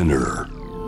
Spinner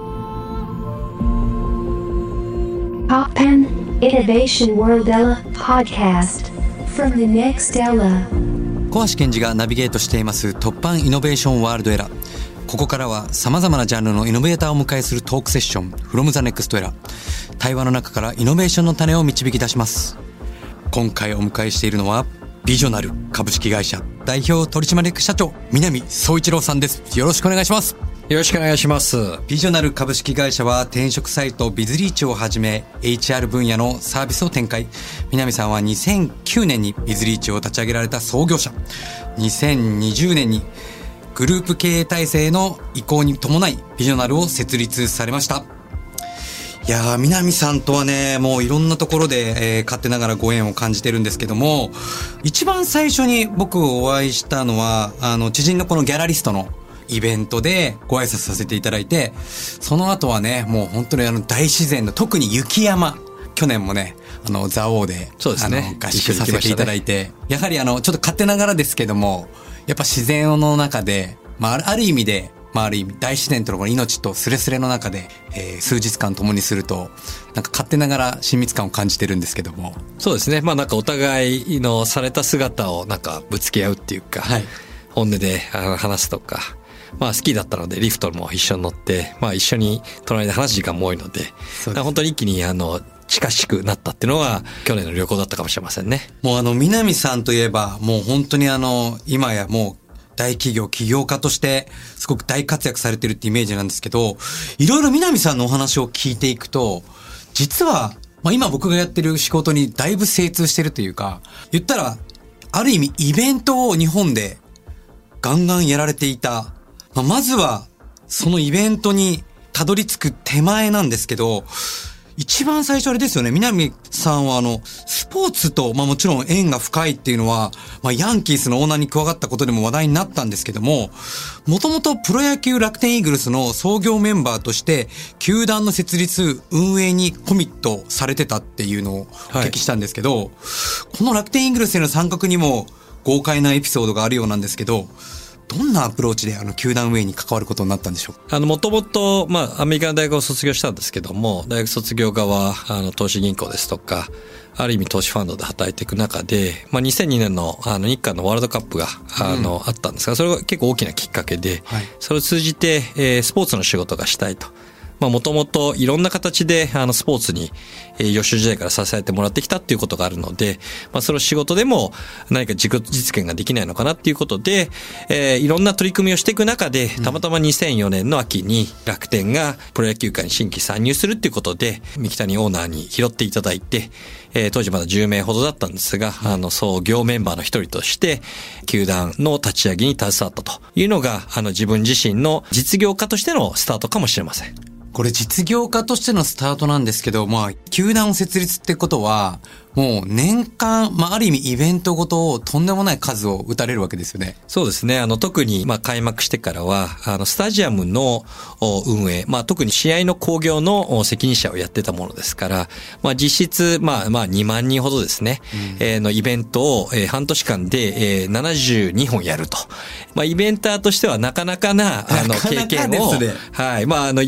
Poppen Innovation World Ella Podcast from the next Ella。 小橋健二がナビゲートしています突破イノベーションワールドエラ。ここからは様々なジャンルのイノベーターを迎えするトークセッション From the Next Era。 対話の中からイノベーションの種を導き出します。今回お迎えしているのはビジョナル株式会社代表取締役社長南総一郎さんです。よろしくお願いします。 よろしくお願いします。 ビジョナル株式会社は転職サイトビズリーチをはじめ HR 分野のサービスを展開。南さんは2009年にビズリーチを立ち上げられた創業者。2020年にグループ経営体制の移行に伴いビジョナルを設立されました。いやー、南さんとはね、もういろんなところで、勝手ながらご縁を感じてるんですけども、一番最初に僕お会いしたのは知人のこのギャラリストのイベントでご挨拶させていただいて、その後はね、もう本当に大自然の特に雪山、去年もね蔵王でそうですね、 合宿させていただいて、やはりちょっと勝手ながらですけども、やっぱ自然の中で、ある意味で、ある意味大自然とのこの命とスレスレの中で、数日間共にするとなんか勝手ながら親密感を感じてるんですけども。 そうですね、なんかお互いのされた姿をなんかぶつけ合うっていうか、はい、本音で話すとか、好きだったのでリフトも一緒に乗って、一緒に隣で話す時間も多いので、本当に一気に近しくなったっていうのは去年の旅行だったかもしれませんね。 もう南さんといえばもう本当に今やもう大企業起業家としてすごく大活躍されてるってイメージなんですけど、いろいろ南さんのお話を聞いていくと、実は今僕がやってる仕事にだいぶ精通してるというか、言ったらある意味イベントを日本でガンガンやられていた。まずはそのイベントにたどり着く手前なんですけど、一番最初あれですよね、南さんはスポーツともちろん縁が深いっていうのは、ヤンキースのオーナーに加わったことでも話題になったんですけども、もともとプロ野球楽天イーグルスの創業メンバーとして球団の設立運営にコミットされてたっていうのをお聞きしたんですけど、この楽天イーグルスへの参画にも豪快なエピソードがあるようなんですけど、どんなアプローチで球団運営に関わることになったんでしょう。 もともとアメリカの大学を卒業したんですけども、大学卒業後は投資銀行ですとか、ある意味投資ファンドで働いていく中で、2002年の日韓のワールドカップがあったんですが、それが結構大きなきっかけで、それを通じてスポーツの仕事がしたいと。もともといろんな形でスポーツに幼少時代から支えてもらってきたっていうことがあるので、その仕事でも何か自己実現ができないのかなっていうことで、いろんな取り組みをしていく中で、たまたま2004年の秋に楽天がプロ野球界に新規参入するっていうことで、三木谷オーナーに拾っていただいて、当時まだ10名ほどだったんですが、創業メンバーの一人として球団の立ち上げに携わったというのが自分自身の実業家としてのスタートかもしれません。 これ実業家としてのスタートなんですけど、球団を設立ってことは、もう年間、ある意味イベントごとをとんでもない数を打たれるわけですよね。 そうですね。特に、開幕してからは、スタジアムの運営、特に試合の興行の責任者をやってたものですから、実質、2万人ほどですね、のイベントを、半年間で、72本やると。イベンターとしてはなかなかな、経験を、はい。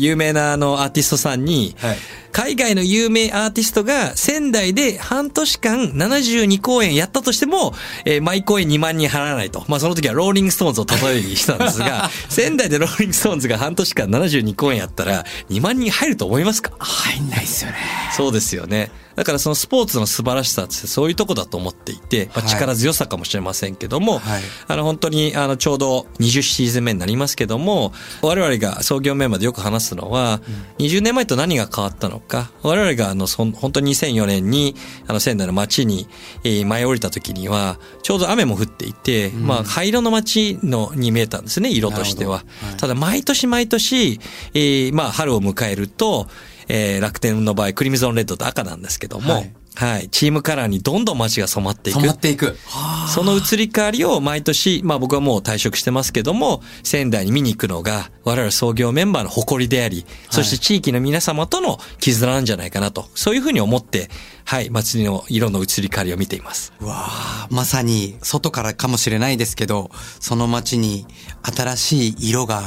有名なアーティストさんに、海外の有名アーティストが仙台で半年間72公演やったとしても、毎公演2万人払わないと。その時はローリングストーンズを例えにしたんですが、仙台でローリングストーンズが半年間72公演やったら2万人入ると思いますか？ 入んないですよね。 そうですよね。だからそのスポーツの素晴らしさってそういうとこだと思っていて、力強さかもしれませんけども、本当にちょうど20シーズン目になりますけども、我々が創業メンバーでよく話すのは、20年前と何が変わったのか、我々が本当に2004年に仙台の街に舞い降りた時にはちょうど雨も降っていて、灰色の街に見えたんですね、色としては。ただ毎年毎年、春を迎えると、楽天の場合クリムゾンレッドと赤なんですけども、チームカラーにどんどん街が染まっていく。その移り変わりを毎年、僕はもう退職してますけども、仙台に見に行くのが我々創業メンバーの誇りであり、そして地域の皆様との絆なんじゃないかなと、そういうふうに思って、祭りの色の移り変わりを見ています。 まさに外からかもしれないですけど、その街に新しい色が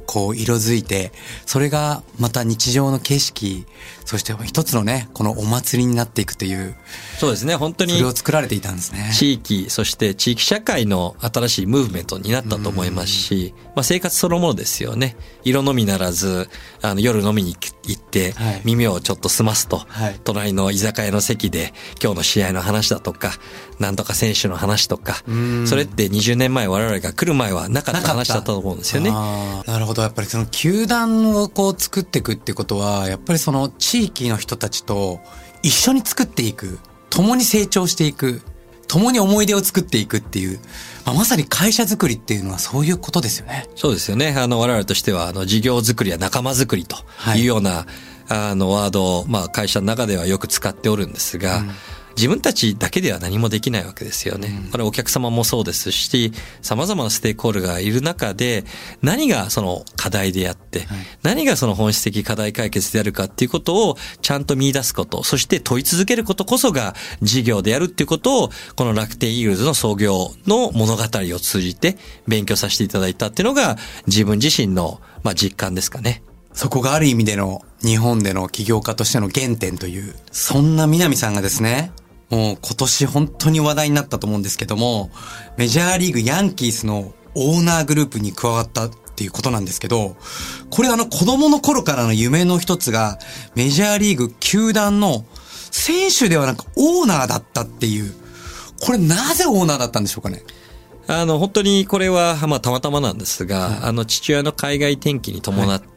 こう色づいて、それがまた日常の景色、そして一つのね、このお祭りになっていくという。 そうですね、本当に。 それを作られていたんですね。 地域、そして地域社会の新しいムーブメントになったと思いますし、まあ生活そのものですよね。色のみならず、夜飲みに行って、耳をちょっと澄ますと、隣の居酒屋の席で今日の試合の話だとか、なんとか選手の話とか、それって20年前我々が来る前はなかった話だったと思うんですよね。 なるほど。やっぱりその球団をこう作っていくってことは、やっぱりその地域の人たちと一緒に作っていく、共に成長していく、共に思い出を作っていくっていう、まさに会社作りっていうのはそういうことですよね。 そうですよね。我々としては事業作りや仲間作りというような、ワードを、会社の中ではよく使っておるんですが、自分たちだけでは何もできないわけですよね。これお客様もそうですし、様々なステークホルダーがいる中で、何がその課題であって、何がその本質的課題解決であるかっていうことをちゃんと見出すこと、そして問い続けることこそが事業であるっていうことを、この楽天イーグルズの創業の物語を通じて勉強させていただいたっていうのが自分自身の実感ですかね。 そこがある意味での日本での起業家としての原点という、そんな南さんがですね、もう今年本当に話題になったと思うんですけども、メジャーリーグヤンキースのオーナーグループに加わったっていうことなんですけど、これ子供の頃からの夢の一つがメジャーリーグ球団の選手ではなくオーナーだったっていう、これなぜオーナーだったんでしょうかね。 本当にこれはたまたまなんですが、父親の海外転勤に伴って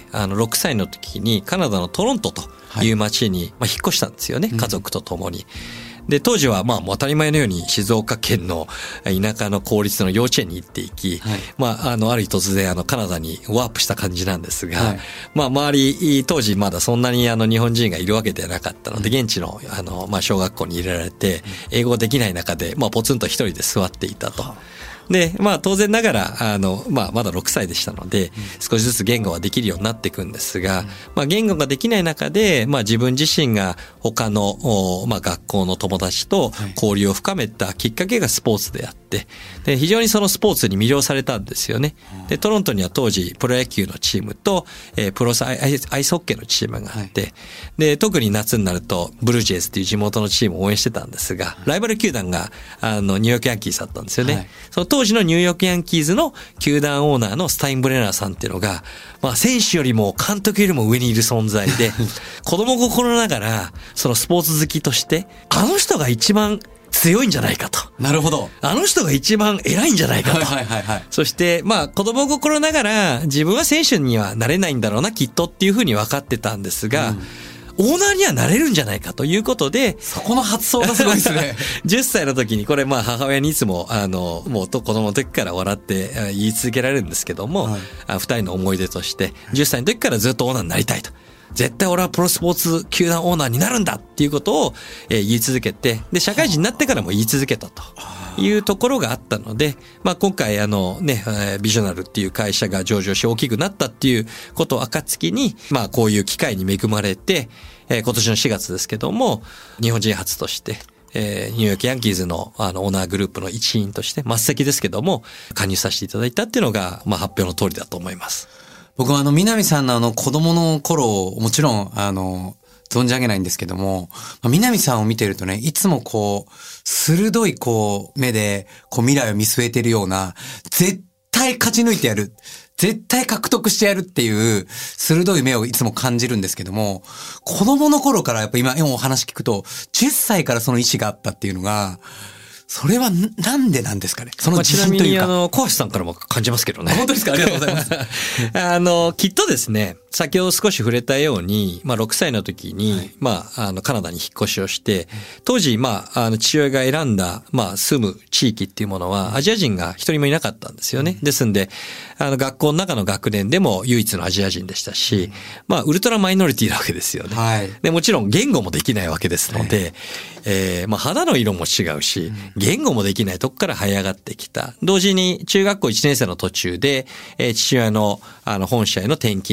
、6歳の時にカナダのトロントという町に、引っ越したんですよね、家族と共に。で、当時は当たり前のように静岡県の田舎の公立の幼稚園に行っていき、ある日突然カナダにワープした感じなんですが、周り、当時まだそんなに日本人がいるわけではなかったので、現地の小学校に入れられて、英語できない中で、ポツンと一人で座っていたと。で、当然ながら、まだ6歳でしたので、少しずつ言語はできるようになっていくんですが、言語ができない中で、自分自身が他の、学校の友達と交流を深めたきっかけがスポーツであって、で、非常にそのスポーツに魅了されたんですよね。で、トロントには当時、プロ野球のチームと、プロアイスホッケーのチームがあって、で、特に夏になると、ブルージェイズっていう地元のチームを応援してたんですが、ライバル球団が、ニューヨークヤンキースだったんですよね。その当時のニューヨークヤンキーズの球団オーナーのスタインブレナーさんっていうのが、選手よりも監督よりも上にいる存在で、子供心ながら、そのスポーツ好きとして、あの人が一番強いんじゃないかと。 なるほど。 あの人が一番偉いんじゃないかと。そして、子供心ながら、自分は選手にはなれないんだろうな、きっとっていうふうに分かってたんですが、オーナーにはなれるんじゃないかということで、 そこの発想がすごいですね。 10歳の時に、これ母親にいつも、もう子供の時から笑って言い続けられるんですけども、二人の思い出として、10歳の時からずっとオーナーになりたいと。絶対俺はプロスポーツ球団オーナーになるんだっていうことを言い続けて、で、社会人になってからも言い続けたというところがあったので、今回ビジョナルっていう会社が上場し大きくなったっていうことを暁に、こういう機会に恵まれて、今年の4月ですけども、日本人初として、ニューヨークヤンキーズのオーナーグループの一員として、末席ですけども、加入させていただいたっていうのが、発表の通りだと思います。 僕は南さんの子供の頃をもちろん存じ上げないんですけども、南さんを見てるとね、いつも鋭い目で未来を見据えてるような、絶対勝ち抜いてやる、絶対獲得してやるっていう鋭い目をいつも感じるんですけども、子供の頃からやっぱ今お話聞くと、10歳からその意思があったっていうのが、それはなんでなんですかね。その自信というか。 ちなみに小橋さんからも感じますけどね。 本当ですか？ありがとうございます。 きっとですね、先ほど少し触れたように、6歳の時に、カナダに引っ越しをして、当時、父親が選んだ、住む地域っていうものは、アジア人が一人もいなかったんですよね。ですんで、学校の中の学年でも唯一のアジア人でしたし、ウルトラマイノリティなわけですよね。で、もちろん言語もできないわけですので、肌の色も違うし、言語もできないとこから這い上がってきた。同時に中学校1年生の途中で、父親の本社への転勤に伴っ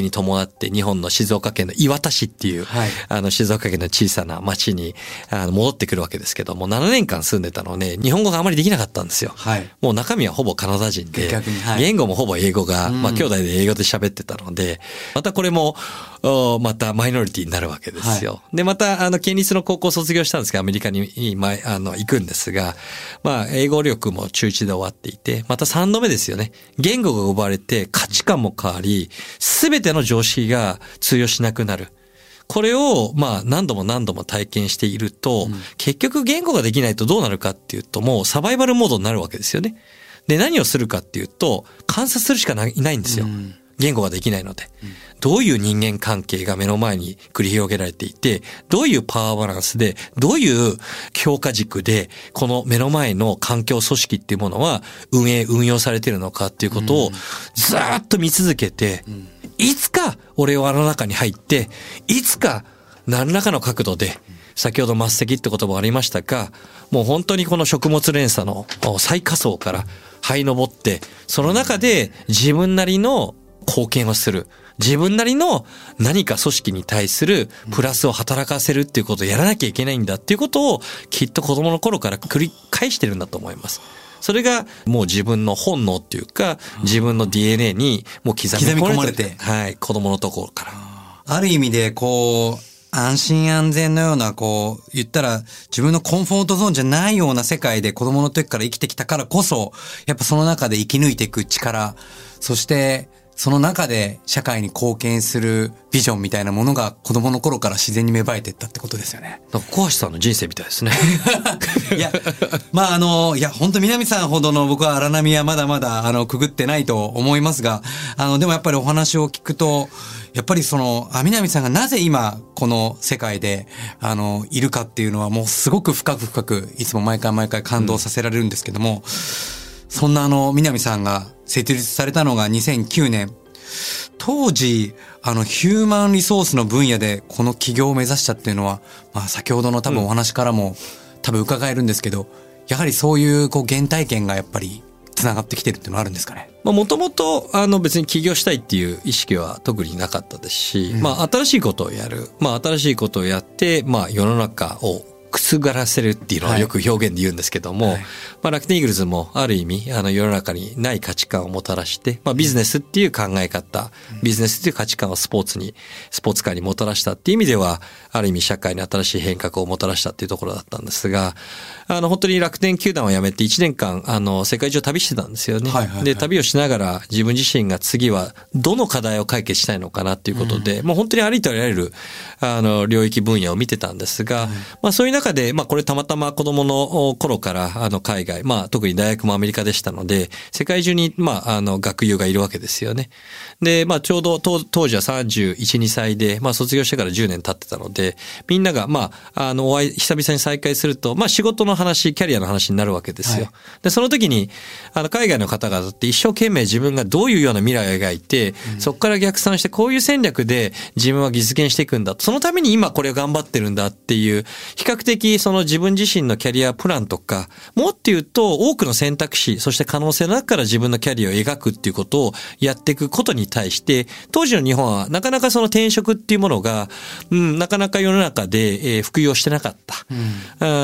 って日本の静岡県の磐田市っていう、静岡県の小さな町に戻ってくるわけですけども、7年間住んでたのね、日本語があまりできなかったんですよ。もう中身はほぼカナダ人で、言語もほぼ英語が、兄弟で英語で喋ってたので、またこれもまたマイノリティになるわけですよ。で、また県立の高校卒業したんですが、アメリカに行くんですが、英語力も中1で終わっていて、また3度目ですよね。言語が奪われて価値観も変わり、すべての常識が通用しなくなる。これを何度も何度も体験していると、結局言語ができないとどうなるかっていうと、もうサバイバルモードになるわけですよね。で、何をするかっていうと、観察するしかないんですよ。言語ができないので。どういう人間関係が目の前に繰り広げられていて、どういうパワーバランスで、どういう評価軸で、この目の前の環境組織っていうものは運用されているのかっていうことをずーっと見続けて、いつか俺はあの中に入って、いつか何らかの角度で、先ほど末席って言葉がありましたが、もう本当にこの食物連鎖の最下層から這い上って、その中で自分なりの貢献をする。自分なりの何か組織に対するプラスを働かせるっていうことをやらなきゃいけないんだっていうことをきっと子供の頃から繰り返してるんだと思います。それがもう自分の本能っていうか、自分の DNA にもう刻み込まれて、子供のところから。 ある意味で安心安全のような言ったら自分のコンフォートゾーンじゃないような世界で子供の時から生きてきたからこそ、やっぱその中で生き抜いていく力、そしてその中で社会に貢献するビジョンみたいなものが子供の頃から自然に芽生えていったってことですよね。 小橋さんの人生みたいですね。 いや、本当南さんほどの僕は荒波はまだまだくぐってないと思いますが、でもやっぱりお話を聞くと、やっぱり南さんがなぜ今この世界でいるかっていうのはもうすごく深くいつも毎回感動させられるんですけども、そんな南さんが設立されたのが2009年。当時、ヒューマンリソースの分野でこの起業を目指したっていうのは、先ほどの多分お話からも多分伺えるんですけど、やはりそういう原体験がやっぱり繋がってきてるっていうのはあるんですかね。 もともと別に起業したいっていう意識は特になかったですし、新しいことをやる。新しいことをやって、世の中を覆らせるっていうのはよく表現で言うんですけども、楽天イーグルズもある意味世の中にない価値観をもたらして、ビジネスっていう考え方、ビジネスっていう価値観をスポーツ界にもたらしたっていう意味では、ある意味社会に新しい変革をもたらしたっていうところだったんですが、本当に楽天球団を辞めて1年間世界中旅してたんですよね。で、旅をしながら自分自身が次はどの課題を解決したいのかなっていうことで、もう本当にありとあらゆる領域分野を見てたんですが、そういう中で、これたまたま子供の頃から海外、特に大学もアメリカでしたので、世界中に学友がいるわけですよね。で、ちょうど当時は31、2歳で、卒業してから10年経ってたので、みんなが久々に再会すると、仕事の話、キャリアの話になるわけですよ。で、その時に海外の方々って一生懸命自分がどういうような未来を描いて、そこから逆算してこういう戦略で自分は実現していくんだ。そのために今これを頑張ってるんだっていう、比較的その自分自身のキャリアプランとか、もっと言うと多くの選択肢、そして可能性の中から自分のキャリアを描くっていうことをやっていくことに対して、当時の日本はなかなかその転職っていうものが、なかなか世の中で、普及をしてなかった、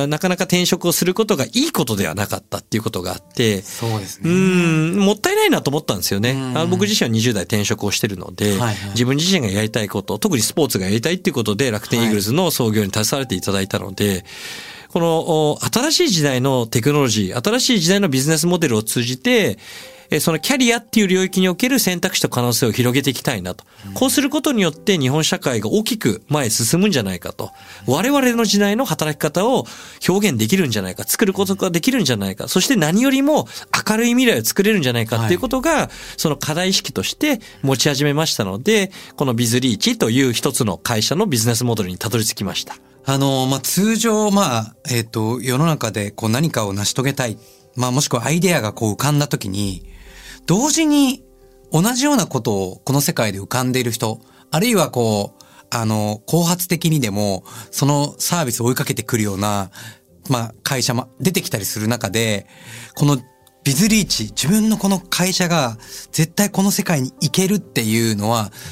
なかなか転職をすることがいいことではなかったっていうことがあって、 そうですね。 もったいないなと思ったんですよね。僕自身は20代転職をしてるので、自分自身がやりたいこと、特にスポーツがやりたいっていうことで楽天イーグルズの創業に携われていただいたので、この新しい時代のテクノロジー、新しい時代のビジネスモデルを通じて、そのキャリアっていう領域における選択肢と可能性を広げていきたいなと。こうすることによって日本社会が大きく前へ進むんじゃないかと。我々の時代の働き方を表現できるんじゃないか。作ることができるんじゃないか。そして何よりも明るい未来を作れるんじゃないかっていうことが、その課題意識として持ち始めましたので、このビズリーチという一つの会社のビジネスモデルにたどり着きました。 通常、世の中で何かを成し遂げたい。もしくはアイデアが浮かんだときに、同時に同じようなことをこの世界で浮かんでいる人、あるいは後発的にでも、そのサービスを追いかけてくるような、会社も出てきたりする中で、このビズリーチ、自分のこの会社が絶対この世界に行けるっていうのは、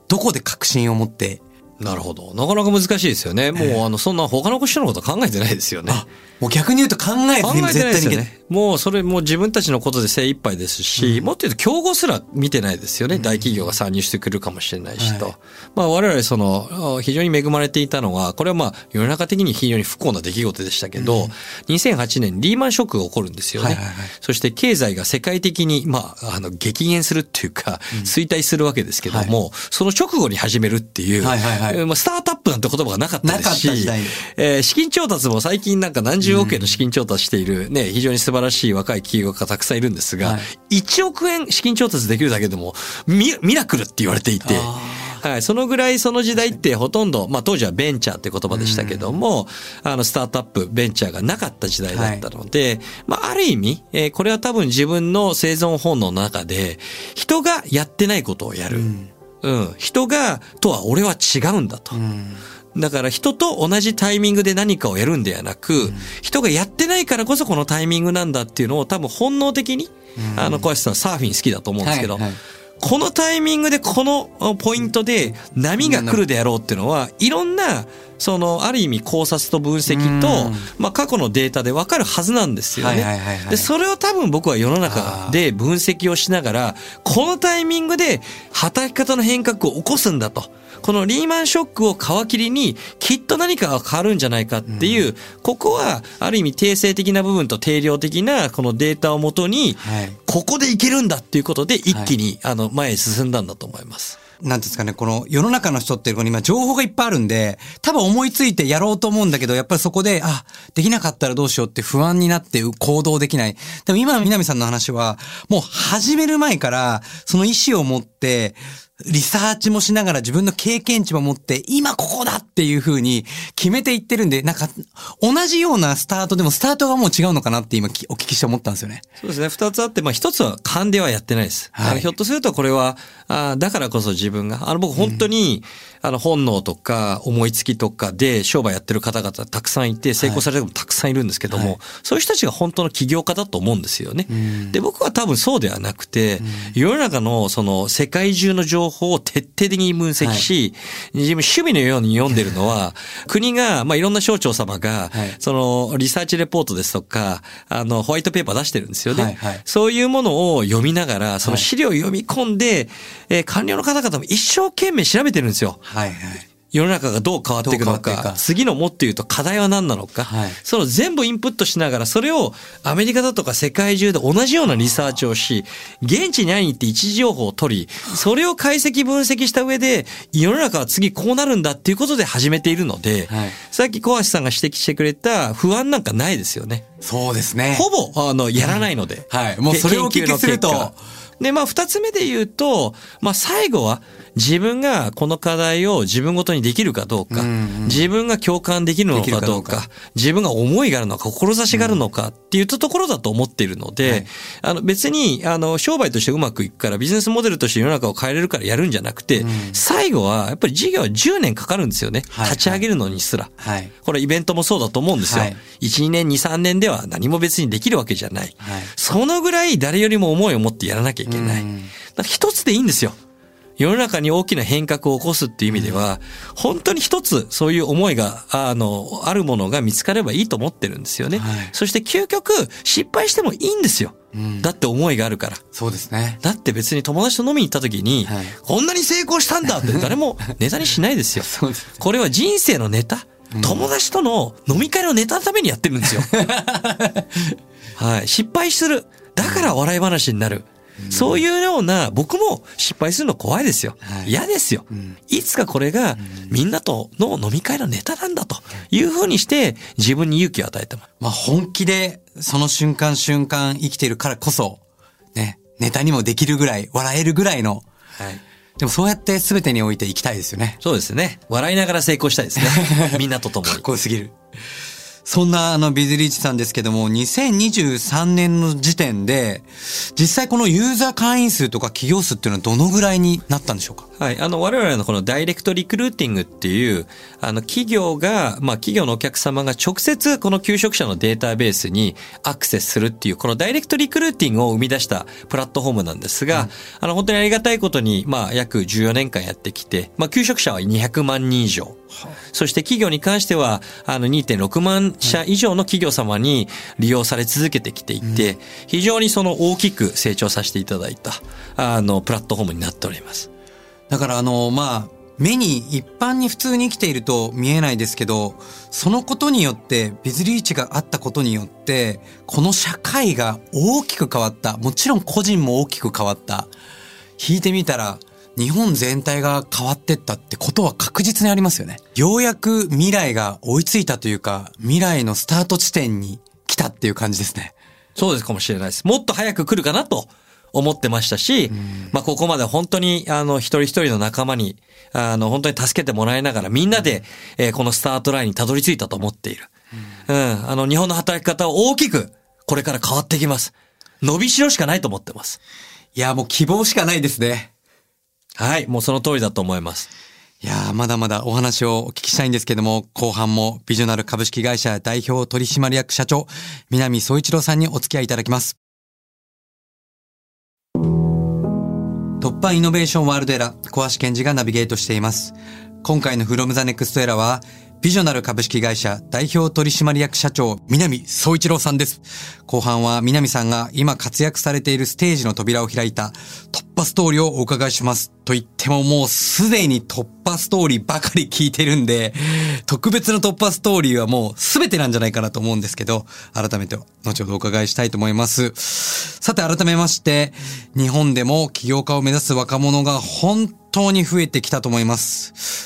どこで確信を持って。 なるほど。なかなか難しいですよね。もうそんな他の人のこと考えてないですよね。 もう逆に言うと考えてないですよね。もうそれもう自分たちのことで精一杯ですし、もっと言うと競合すら見てないですよね。大企業が参入してくるかもしれないしと。まあ我々非常に恵まれていたのは、これはまあ世の中的に非常に不幸な出来事でしたけど、2008年リーマンショックが起こるんですよね。そして経済が世界的に激減するっていうか、衰退するわけですけども、その直後に始めるっていう、スタートアップなんて言葉がなかったですし、資金調達も最近なんか何十億円の資金調達しているね、非常に素晴らしい若い企業がたくさんいるんですが、1億円資金調達できるだけでもミラクルって言われていて、はい、そのぐらいその時代ってほとんど、当時はベンチャーって言葉でしたけども、スタートアップ、ベンチャーがなかった時代だったので、ある意味、これは多分自分の生存本能の中で、人がやってないことをやる。人とは俺は違うんだと。だから人と同じタイミングで何かをやるんではなく、人がやってないからこそこのタイミングなんだっていうのを多分本能的に、小橋さんサーフィン好きだと思うんですけど、このタイミングでこのポイントで波が来るであろうっていうのは、いろんな、ある意味考察と分析と、過去のデータでわかるはずなんですよね。で、それを多分僕は世の中で分析をしながら、このタイミングで働き方の変革を起こすんだと。このリーマンショックを皮切りにきっと何かが変わるんじゃないかっていう、ここはある意味定性的な部分と定量的なこのデータをもとに、ここでいけるんだっていうことで一気に前へ進んだんだと思います。 なんですかね、この世の中の人って今情報がいっぱいあるんで、多分思いついてやろうと思うんだけど、やっぱりそこで、できなかったらどうしようって不安になって行動できない。でも今の南さんの話は、もう始める前から、その意思を持って、リサーチもしながら自分の経験値も持って、今ここだっていう風に決めていってるんで、なんか、同じようなスタートでもスタートがもう違うのかなって今お聞きして思ったんですよね。 そうですね。二つあって、一つは勘ではやってないです。ひょっとするとこれは、だからこそ自分が、僕本当に、本能とか思いつきとかで商売やってる方々たくさんいて、成功される方もたくさんいるんですけども、そういう人たちが本当の起業家だと思うんですよね。で、僕は多分そうではなくて、世の中の世界中の情報を徹底的に分析し、自分趣味のように読んでるのは、国が、いろんな省庁様が、リサーチレポートですとか、ホワイトペーパー出してるんですよね。そういうものを読みながら、その資料を読み込んで、官僚の方々も一生懸命調べてるんですよ。世の中がどう変わっていくのか、次のもっと言うと課題は何なのか、その全部インプットしながら、それをアメリカだとか世界中で同じようなリサーチをし、現地に会いに行って位置情報を取り、それを解析分析した上で、世の中は次こうなるんだっていうことで始めているので、さっき小橋さんが指摘してくれた不安なんかないですよね。 そうですね。 ほぼ、やらないので。 もうそれをお聞きすると。 で、二つ目で言うと、最後は自分がこの課題を自分ごとにできるかどうか、自分が共感できるのかどうか、自分が思いがあるのか、志があるのかっていうところだと思っているので、別に、商売としてうまくいくから、ビジネスモデルとして世の中を変えれるからやるんじゃなくて、最後はやっぱり事業は10年かかるんですよね。立ち上げるのにすら。これイベントもそうだと思うんですよ。1、2年、2、3年では何も別にできるわけじゃない。そのぐらい誰よりも思いを持ってやらなきゃいけない。一つでいいんですよ。世の中に大きな変革を起こすっていう意味では、本当に一つそういう思いが、あるものが見つかればいいと思ってるんですよね。そして究極失敗してもいいんですよ。だって思いがあるから。 そうですね。 だって別に友達と飲みに行った時に、こんなに成功したんだって誰もネタにしないですよ。これは人生のネタ。友達との飲み会のネタのためにやってるんですよ。失敗する。だから笑い話になる。そういうような、僕も失敗するの怖いですよ。嫌ですよ。いつかこれがみんなとの飲み会のネタなんだというふうにして自分に勇気を与えてます。 本気でその瞬間瞬間生きてるからこそ、ね、ネタにもできるぐらい、笑えるぐらいの、でもそうやって全てにおいていきたいですよね。 そうですね。笑いながら成功したいですね。みんなと共に。 かっこよすぎる。 そんなビズリーチさんですけども、2023年の時点で、実際このユーザー会員数とか企業数っていうのはどのぐらいになったんでしょうか？ はい。我々のこのダイレクトリクルーティングっていう、企業が、企業のお客様が直接この求職者のデータベースにアクセスするっていう、このダイレクトリクルーティングを生み出したプラットフォームなんですが、本当にありがたいことに、約14年間やってきて、求職者は200万人以上。そして企業に関しては、2.6 万社以上の企業様に利用され続けてきていて、非常にその大きく成長させていただいた、プラットフォームになっております。 だから目に一般に普通に生きていると見えないですけど、そのことによって、ビズリーチがあったことによって、この社会が大きく変わった。もちろん個人も大きく変わった。引いてみたら、日本全体が変わってったってことは確実にありますよね。ようやく未来が追いついたというか、未来のスタート地点に来たっていう感じですね。 そうですかもしれないです。もっと早く来るかなと思ってましたし、ここまで本当に一人一人の仲間に本当に助けてもらいながらみんなで、このスタートラインにたどり着いたと思っている。日本の働き方は大きくこれから変わってきます。伸びしろしかないと思ってます。 いや、もう希望しかないですね。 はい、もうその通りだと思います。 いやー、まだまだお話をお聞きしたいんですけども、後半もビジョナル株式会社代表取締役社長、南総一郎さんにお付き合いいただきます。突破イノベーションワールドエラー、小橋健二がナビゲートしています。今回の From the Next Era は、ビジョナル株式会社代表取締役社長、南総一郎さんです。後半は南さんが今活躍されているステージの扉を開いた突破ストーリーをお伺いします。と言ってももうすでに突破ストーリーばかり聞いてるんで、特別の突破ストーリーはもう全てなんじゃないかなと思うんですけど、改めて後ほどお伺いしたいと思います。さて改めまして、日本でも起業家を目指す若者が本当に増えてきたと思います。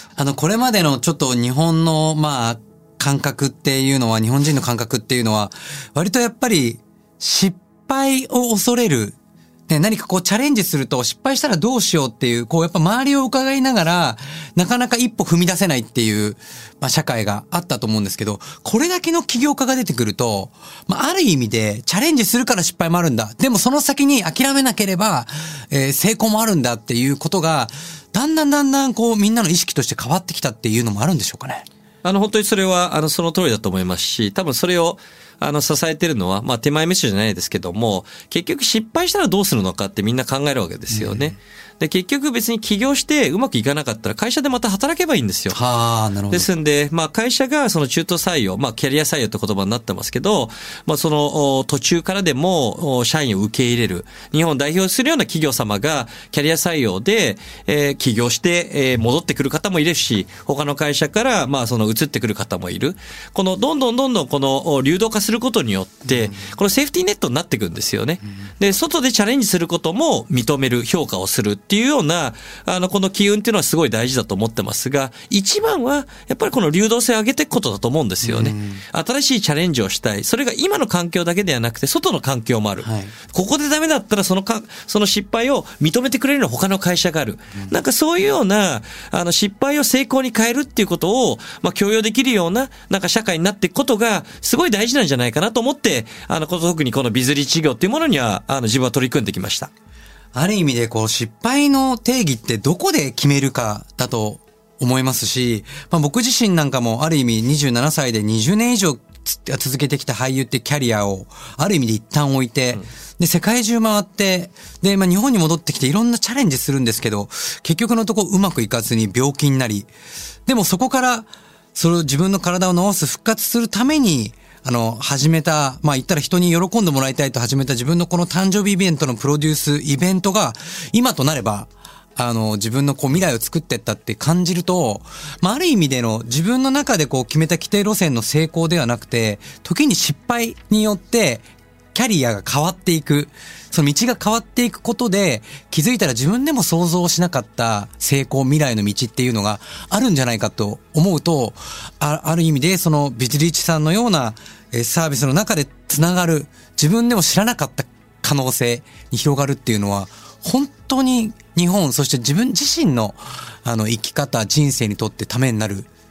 これまでのちょっと日本の感覚っていうのは、日本人の感覚っていうのは、割とやっぱり失敗を恐れる。ね、何かチャレンジすると失敗したらどうしようっていう、やっぱ周りを伺いながら、なかなか一歩踏み出せないっていう、社会があったと思うんですけど、これだけの起業家が出てくると、ある意味でチャレンジするから失敗もあるんだ。でもその先に諦めなければ、成功もあるんだっていうことが、だんだんみんなの意識として変わってきたっていうのもあるんでしょうかね。 本当にそれは、その通りだと思いますし、多分それを、支えてるのは、手前味噌じゃないですけども、結局失敗したらどうするのかってみんな考えるわけですよね。で、結局別に起業してうまくいかなかったら会社でまた働けばいいんですよ。 はあ、なるほど。 ですんで、会社がその中途採用、キャリア採用って言葉になってますけど、その途中からでも社員を受け入れる、日本を代表するような企業様がキャリア採用で、起業して、戻ってくる方もいるし、他の会社からその移ってくる方もいる。このどんどんこの流動化することによって、このセーフティーネットになっていくんですよね。で、外でチャレンジすることも認める、評価をするっていうような、この機運っていうのはすごい大事だと思ってますが、一番はやっぱりこの流動性を上げていくことだと思うんですよね。新しいチャレンジをしたい。それが今の環境だけではなくて、外の環境もある。ここでダメだったらその失敗を認めてくれるのは他の会社がある。なんかそういうような、失敗を成功に変えるっていうことを、強要できるような、社会になっていくことが、すごい大事なんじゃないかなと思って、特にこのビズリーチ事業っていうものには、自分は取り組んできました。 ある意味で失敗の定義ってどこで決めるかだと思いますし、僕自身なんかもある意味27歳で20年以上続けてきた俳優ってキャリアをある意味で一旦置いて、で、世界中回って、で、日本に戻ってきていろんなチャレンジするんですけど、結局のところうまくいかずに病気になり、でもそこから、それを自分の体を治す復活するために、始めた、言ったら人に喜んでもらいたいと始めた自分のこの誕生日イベントのプロデュースイベントが、今となれば、自分の未来を作っていったって感じると、ある意味での自分の中で決めた規定路線の成功ではなくて、時に失敗によってキャリアが変わっていく、その道が変わっていくことで、気づいたら自分でも想像しなかった成功、未来の道っていうのがあるんじゃないかと思うと、ある意味でそのビズリーチさんのようなサービスの中でつながる、自分でも知らなかった可能性に広がるっていうのは、本当に日本、そして自分自身の生き方、人生にとってためになる、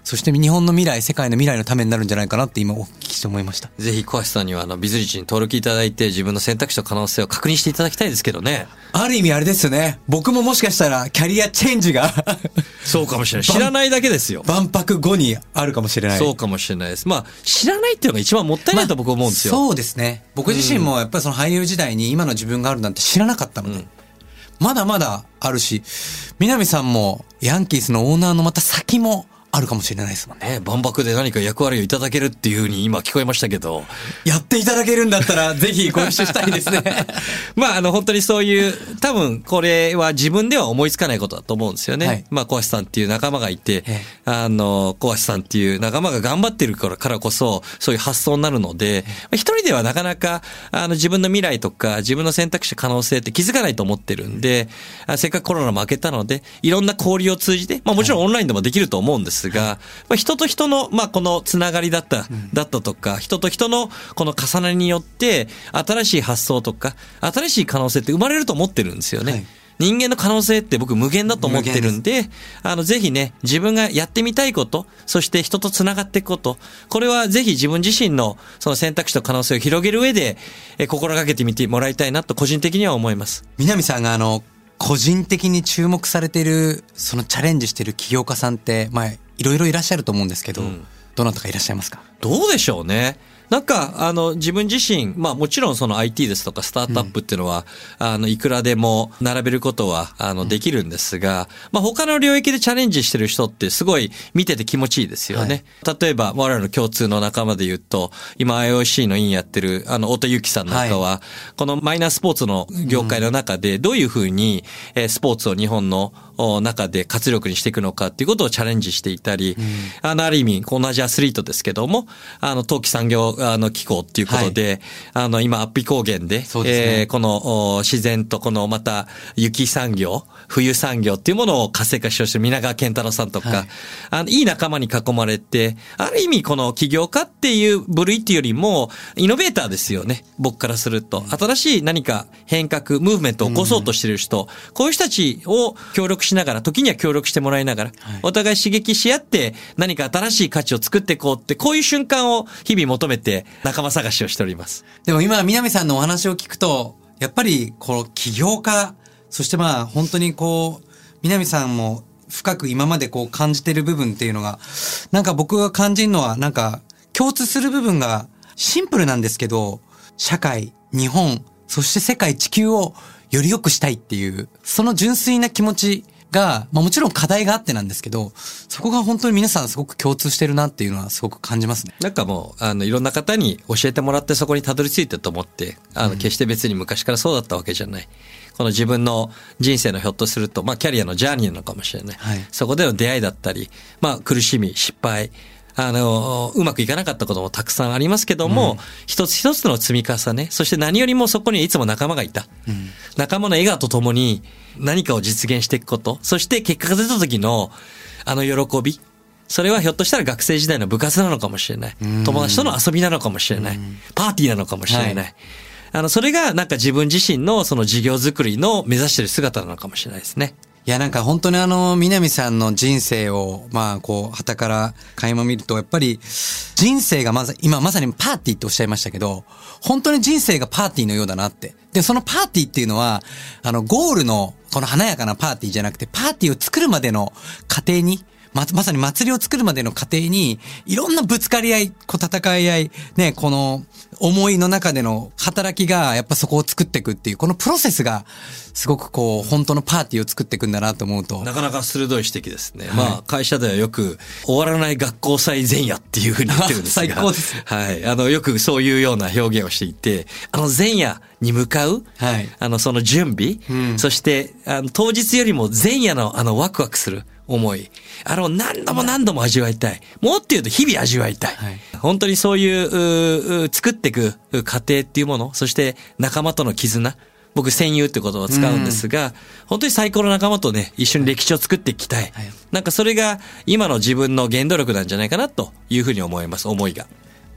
そして日本の未来、世界の未来のためになるんじゃないかなって今お聞きして思いました。 ぜひ小橋さんにはビズリッチに登録いただいて自分の選択肢と可能性を確認していただきたいですけどね。 ある意味あれですよね。僕ももしかしたらキャリアチェンジがそうかもしれない。知らないだけですよ。 万博後にあるかもしれない。 そうかもしれないです。まあ知らないっていうのが一番もったいないと僕思うんですよ。 そうですね。僕自身もやっぱりその俳優時代に今の自分があるなんて知らなかったので、まだまだあるし、南さんもヤンキースのオーナーのまた先もあるかもしれないですもんね。 万博で何か役割をいただけるっていう風に今聞こえましたけど。 やっていただけるんだったらぜひご一緒したいですね。 まあ本当にそういう、多分これは自分では思いつかないことだと思うんですよね。はい、まあ小橋さんっていう仲間がいて、小橋さんっていう仲間が頑張ってるからこそ、そういう発想になるので、一人ではなかなか自分の未来とか自分の選択肢可能性って気づかないと思ってるんで、せっかくコロナも明けたので、いろんな交流を通じて、まあもちろんオンラインでもできると思うんですが、人と人の、まあ、このつながりだったとか、人と人のこの重なりによって、新しい発想とか、新しい可能性って生まれると思ってるんですよね。はい、人間の可能性って僕無限だと思ってるんで、ぜひね、自分がやってみたいこと、そして人とつながっていくこと、これはぜひ自分自身のその選択肢と可能性を広げる上で、心がけてみてもらいたいなと個人的には思います。 南さんが個人的に注目されている、そのチャレンジしている起業家さんって、まあ、いろいろいらっしゃると思うんですけど、どなたかいらっしゃいますか？ どうでしょうね。なんか、自分自身、まあもちろんその IT ですとかスタートアップっていうのは、いくらでも並べることは、できるんですが、まあ他の領域でチャレンジしてる人ってすごい見てて気持ちいいですよね。はい、例えば、我々の共通の仲間で言うと、今 IOC の委員やってる、太田祐樹さんなんかは、このマイナースポーツの業界の中でどういうふうに、スポーツを日本の中で活力にしていくのかっていうことをチャレンジしていたり、ある意味、同じアスリートですけども、冬季産業機構っていうことで、はい、今、安比高原で、ね、この自然とこのまた雪産業、冬産業っていうものを活性化しようとしてる皆川健太郎さんとか、はい、いい仲間に囲まれて、ある意味この起業家っていう部類っていうよりも、イノベーターですよね。僕からすると。新しい何か変革、ムーブメントを起こそうとしてる人、こういう人たちを協力しながら、時には協力してもらいながら、はい、お互い刺激し合って何か新しい価値を作っていこうって、こういう瞬間を日々求めて仲間探しをしております。 でも今、南さんのお話を聞くと、やっぱりこの起業家、そしてまあ本当に南さんも深く今まで感じてる部分っていうのが、なんか僕が感じるのはなんか共通する部分がシンプルなんですけど、社会、日本、そして世界、地球をより良くしたいっていう、その純粋な気持ちが、まあもちろん課題があってなんですけど、そこが本当に皆さんすごく共通してるなっていうのはすごく感じますね。 なんかもう、いろんな方に教えてもらってそこにたどり着いてると思って、決して別に昔からそうだったわけじゃない。この自分の人生のひょっとすると、まあキャリアのジャーニーなのかもしれない。はい、そこでの出会いだったり、まあ苦しみ、失敗、うまくいかなかったこともたくさんありますけども、一つ一つの積み重ね、そして何よりもそこにいつも仲間がいた。仲間の笑顔とともに何かを実現していくこと、そして結果が出た時の喜び、それはひょっとしたら学生時代の部活なのかもしれない。友達との遊びなのかもしれない。パーティーなのかもしれない。はい、それがなんか自分自身のその事業作りの目指している姿なのかもしれないですね。 いやなんか本当に南さんの人生をまあ傍から垣間見ると、やっぱり人生が今まさにパーティーっておっしゃいましたけど、本当に人生がパーティーのようだなって。でそのパーティーっていうのはゴールのこの華やかなパーティーじゃなくて、パーティーを作るまでの過程にまさに祭りを作るまでの過程にいろんなぶつかり合い、戦い合いね、この思いの中での働きがやっぱそこを作っていくっていうこのプロセスがすごく本当のパーティーを作っていくんだなと思うと、 なかなか鋭い指摘ですね。はい、まあ会社ではよく終わらない学校祭前夜っていうふうに言ってるんですが最高です。 はい。よくそういうような表現をしていて、前夜に向かう、はい、その準備、そして当日よりも前夜のワクワクする思い。何度も何度も味わいたい。もっと言うと日々味わいたい。はい、本当にそういう作っていく過程っていうもの、そして仲間との絆。僕戦友って言葉を使うんですが、本当に最高の仲間とね、一緒に歴史を作っていきたい。なんかそれが今の自分の原動力なんじゃないかなというふうに思います、思いが。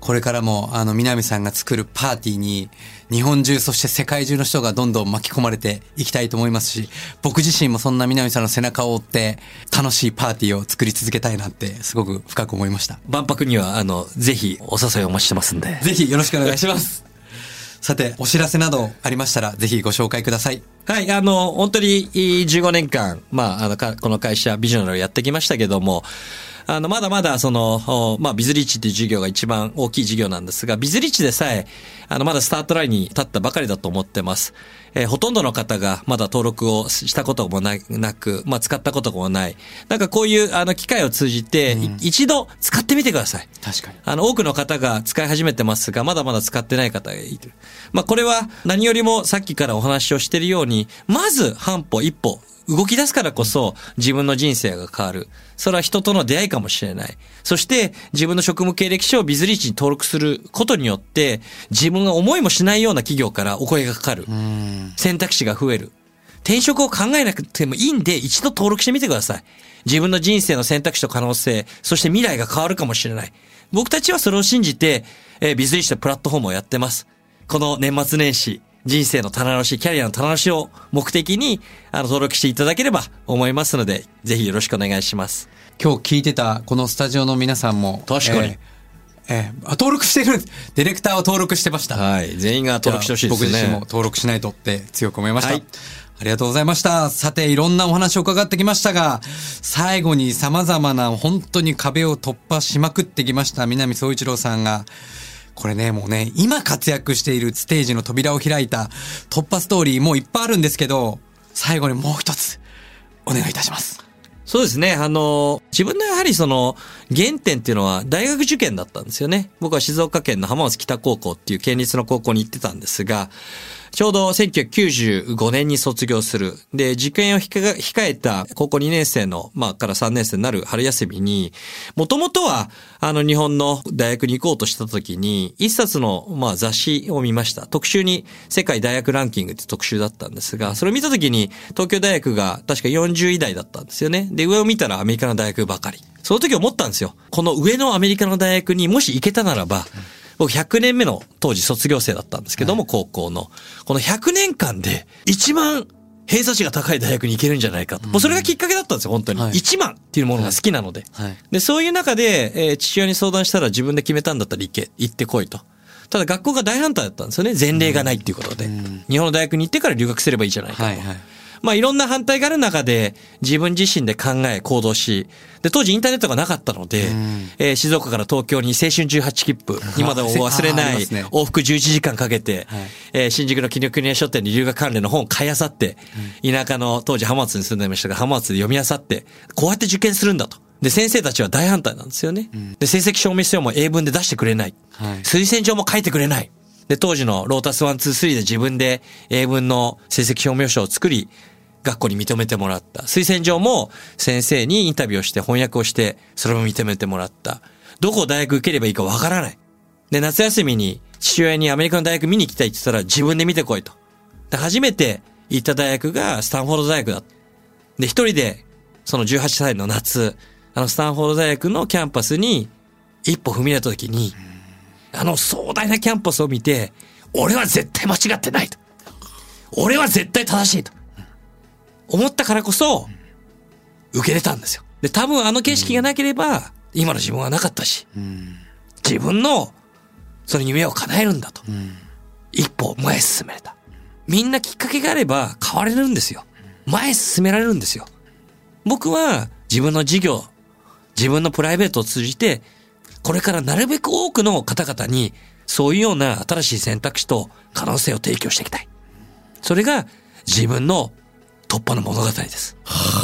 これからも南さんが作るパーティーに日本中そして世界中の人がどんどん巻き込まれていきたいと思いますし、僕自身もそんな南さんの背中を追って楽しいパーティーを作り続けたいなってすごく深く思いました。 万博にはぜひお誘いお待ちしてますんで、 ぜひよろしくお願いします。さて、お知らせなどありましたらぜひご紹介ください。 はい、本当に15年間、この会社ビジョナルをやってきましたけども、まだまだビズリッチっていう事業が一番大きい事業なんですが、ビズリッチでさえ、まだスタートラインに立ったばかりだと思ってます。ほとんどの方がまだ登録をしたこともなく、使ったこともない。なんかこういう機会を通じて、一度使ってみてください。 確かに。 多くの方が使い始めてますが、まだまだ使ってない方がいる。これは何よりもさっきからお話をしているように、まず半歩一歩、動き出すからこそ自分の人生が変わる。それは人との出会いかもしれない。そして自分の職務経歴書をビズリーチに登録することによって自分が思いもしないような企業からお声がかかる。選択肢が増える。転職を考えなくてもいいんで一度登録してみてください。自分の人生の選択肢と可能性、そして未来が変わるかもしれない。僕たちはそれを信じてビズリーチというプラットフォームをやってます。この年末年始。人生の棚卸し、キャリアの棚卸しを目的に登録していただければ思いますので、ぜひよろしくお願いします。 今日聞いてたこのスタジオの皆さんも確かに、 登録してる。ディレクターは登録してました。 はい、全員が登録してほしいですね。 僕自身も登録しないとって強く思いました。はい、ありがとうございました。さて、いろんなお話を伺ってきましたが、最後に様々な本当に壁を突破しまくってきました南総一郎さんが、これね、もうね、今活躍しているステージの扉を開いた突破ストーリーもういっぱいあるんですけど、最後にもう一つお願いいたします。 そうですね。自分のやはり原点っていうのは大学受験だったんですよね。僕は静岡県の浜松北高校っていう県立の高校に行ってたんですが、ちょうど1995年に卒業する。で、受験を控えた高校2年生の、から3年生になる春休みに、もともとは、日本の大学に行こうとした時に、一冊の、雑誌を見ました。特集に、世界大学ランキングって特集だったんですが、それを見た時に、東京大学が確か40位台だったんですよね。で、上を見たらアメリカの大学ばかり。その時思ったんですよ。この上のアメリカの大学にもし行けたならば、僕100年目の当時卒業生だったんですけども、高校の。この100年間で一番偏差値が高い大学に行けるんじゃないかと。もうそれがきっかけだったんですよ、本当に。1万っていうものが好きなので。で、そういう中で、父親に相談したら自分で決めたんだったら行ってこいと。ただ学校が大反対だったんですよね。前例がないっていうことで。日本の大学に行ってから留学すればいいじゃないかと。いろんな反対がある中で自分自身で考え行動し、で、当時インターネットがなかったので、静岡から東京に青春18切符、今でも忘れない往復11時間かけて、新宿の紀伊国屋書店に留学関連の本を買い漁って、田舎の当時浜松に住んでましたが、浜松で読み漁って、こうやって受験するんだと。で、先生たちは大反対なんですよね。で、成績証明書も英文で出してくれない。推薦状も書いてくれない。で、当時のロータス1、2、3で自分で英文の成績証明書を作り、学校に認めてもらった。推薦状も先生にインタビューをして翻訳をして、それも認めてもらった。どこ大学受ければいいかわからない。で、夏休みに父親にアメリカの大学見に行きたいって言ったら自分で見てこいと。で、初めて行った大学がスタンフォード大学だ。で、一人でその18歳の夏、スタンフォード大学のキャンパスに一歩踏み入れた時に、壮大なキャンパスを見て、俺は絶対間違ってないと。俺は絶対正しいと。思ったからこそ、受けれたんですよ。で、多分景色がなければ、今の自分はなかったし、自分の、その夢を叶えるんだと。一歩前へ進めれた。みんなきっかけがあれば変われるんですよ。前へ進められるんですよ。僕は自分の事業、自分のプライベートを通じて、これからなるべく多くの方々に、そういうような新しい選択肢と可能性を提供していきたい。それが自分の突破の物語です。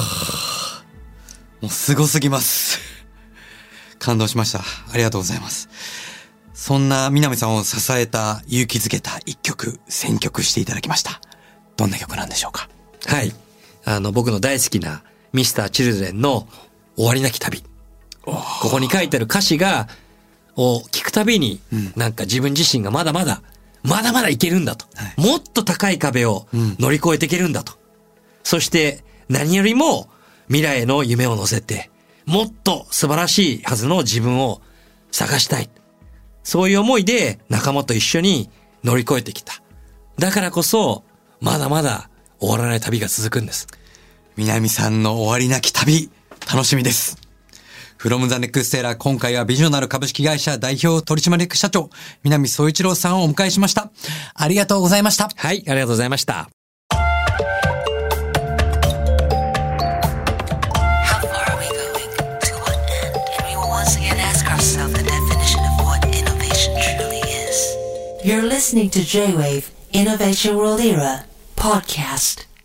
もうすごすぎます。感動しました。ありがとうございます。そんな南さんを支えた、勇気づけた一曲、選曲していただきました。どんな曲なんでしょうか？ はい。僕の大好きなミスターチルドレンの終わりなき旅。ここに書いてある歌詞を聞くたびに、なんか自分自身がまだまだいけるんだと。もっと高い壁を乗り越えていけるんだと。そして何よりも未来への夢を乗せて、もっと素晴らしいはずの自分を探したい。 そういう思いで仲間と一緒に乗り越えてきた。だからこそ、まだまだ終わらない旅が続くんです。 南さんの終わりなき旅、楽しみです。From the Next Era、今回はビジョナル株式会社代表取締役社長、南総一郎さんをお迎えしました。ありがとうございました。 はい、ありがとうございました。 You're listening to J-Wave Innovation World Era podcast.